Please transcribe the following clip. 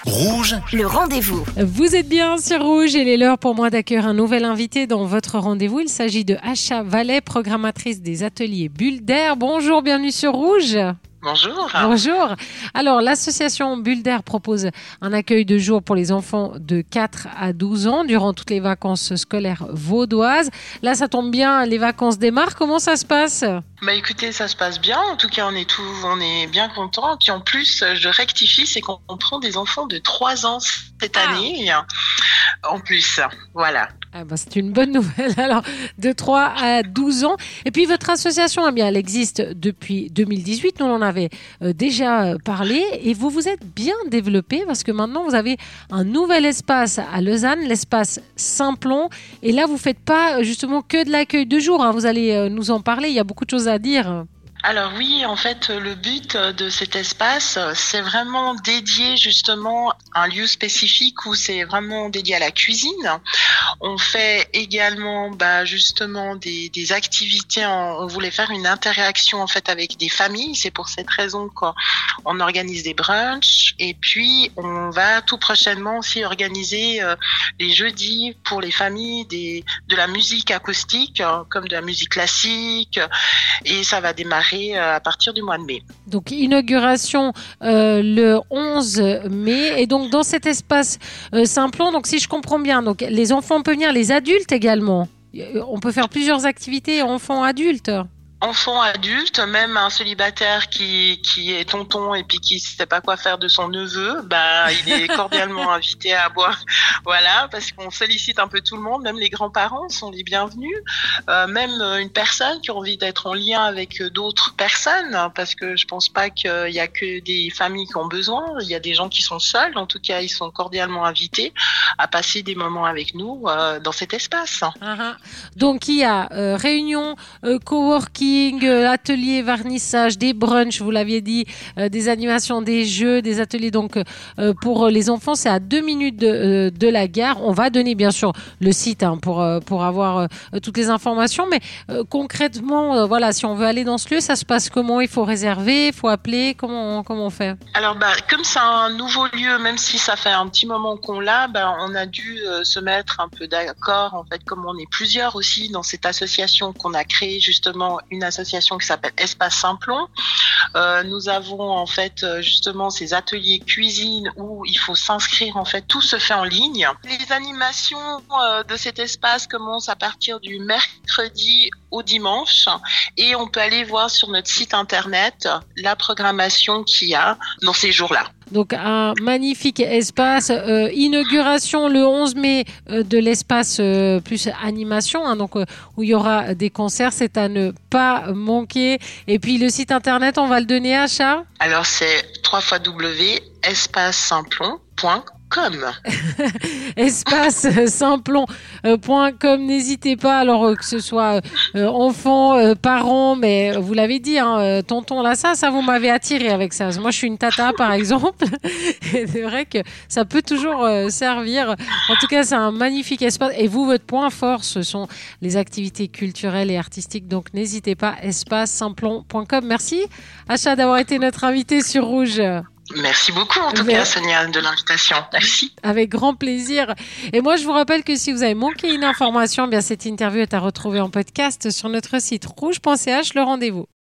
Rouge, le rendez-vous. Vous êtes bien sur Rouge et il est l'heure pour moi d'accueillir un nouvel invité dans votre rendez-vous. Il s'agit de Asha Vallet, programmatrice des ateliers Bulle d'Air. Bonjour, bienvenue sur Rouge. Bonjour. Bonjour. Alors, l'association Bulle d'Air propose un accueil de jour pour les enfants de 4 à 12 ans durant toutes les vacances scolaires vaudoises. Là, ça tombe bien, les vacances démarrent. Comment ça se passe ? Écoutez, ça se passe bien. En tout cas, on est bien contents. Puis en plus, je rectifie, c'est qu'on prend des enfants de 3 ans cette année. En plus, voilà. C'est une bonne nouvelle. Alors, de 3 à 12 ans. Et puis, votre association, elle existe depuis 2018. Nous, on en avait déjà parlé. Et vous vous êtes bien développé parce que maintenant, vous avez un nouvel espace à Lausanne, l'espace Simplon. Et là, vous ne faites pas justement que de l'accueil de jour. Vous allez nous en parler. Il y a beaucoup de choses à dire. Alors oui, en fait, le but de cet espace, c'est vraiment dédié justement à un lieu spécifique où c'est vraiment dédié à la cuisine. On fait également justement des activités. On voulait faire une interaction en fait avec des familles. C'est pour cette raison qu'on organise des brunchs. Et puis, on va tout prochainement aussi organiser les jeudis pour les familles de la musique acoustique, comme de la musique classique. Et ça va démarrer à partir du mois de mai. Donc, inauguration le 11 mai. Et donc, dans cet espace Simplon, donc si je comprends bien, donc, les enfants peuvent venir, les adultes également. On peut faire plusieurs activités enfants-adultes. Enfant, adulte, même un célibataire qui est tonton et puis qui sait pas quoi faire de son neveu, il est cordialement invité à boire. Voilà, parce qu'on félicite un peu tout le monde, même les grands-parents sont les bienvenus, même une personne qui a envie d'être en lien avec d'autres personnes, parce que je pense pas qu'il y a que des familles qui ont besoin, il y a des gens qui sont seuls, en tout cas ils sont cordialement invités à passer des moments avec nous dans cet espace. Donc il y a réunion, coworking, ateliers, vernissage, des brunchs, vous l'aviez dit, des animations, des jeux, des ateliers. Donc, pour les enfants, c'est à 2 minutes de la gare. On va donner, bien sûr, le site pour avoir toutes les informations. Mais concrètement, si on veut aller dans ce lieu, ça se passe comment ? Il faut réserver, il faut appeler. Comment on fait ? Alors, comme c'est un nouveau lieu, même si ça fait un petit moment qu'on l'a, on a dû se mettre un peu d'accord. En fait, comme on est plusieurs aussi dans cette association qu'on a créée, justement, une association qui s'appelle Espace Simplon. Nous avons en fait justement ces ateliers cuisine où il faut s'inscrire. En fait, tout se fait en ligne. Les animations de cet espace commencent à partir du mercredi au dimanche et on peut aller voir sur notre site internet la programmation qu'il y a dans ces jours-là. Donc un magnifique espace, inauguration le 11 mai de l'espace plus animation, où il y aura des concerts, c'est à ne pas manquer. Et puis le site internet, on va le donner à Asha. Alors c'est www.espacesimplon.com. Espacesimplon.com, n'hésitez pas, alors que ce soit enfants, parents, mais vous l'avez dit, tonton là, ça vous m'avez attiré avec ça. Moi je suis une tata par exemple, et c'est vrai que ça peut toujours servir. En tout cas, c'est un magnifique espace. Et vous, votre point fort, ce sont les activités culturelles et artistiques, donc n'hésitez pas, espacesimplon.com. Merci Asha d'avoir été notre invitée sur Rouge. Merci beaucoup en tout cas Sonia de l'invitation. Merci. Avec grand plaisir. Et moi je vous rappelle que si vous avez manqué une information, cette interview est à retrouver en podcast sur notre site rouge.ch, le rendez-vous.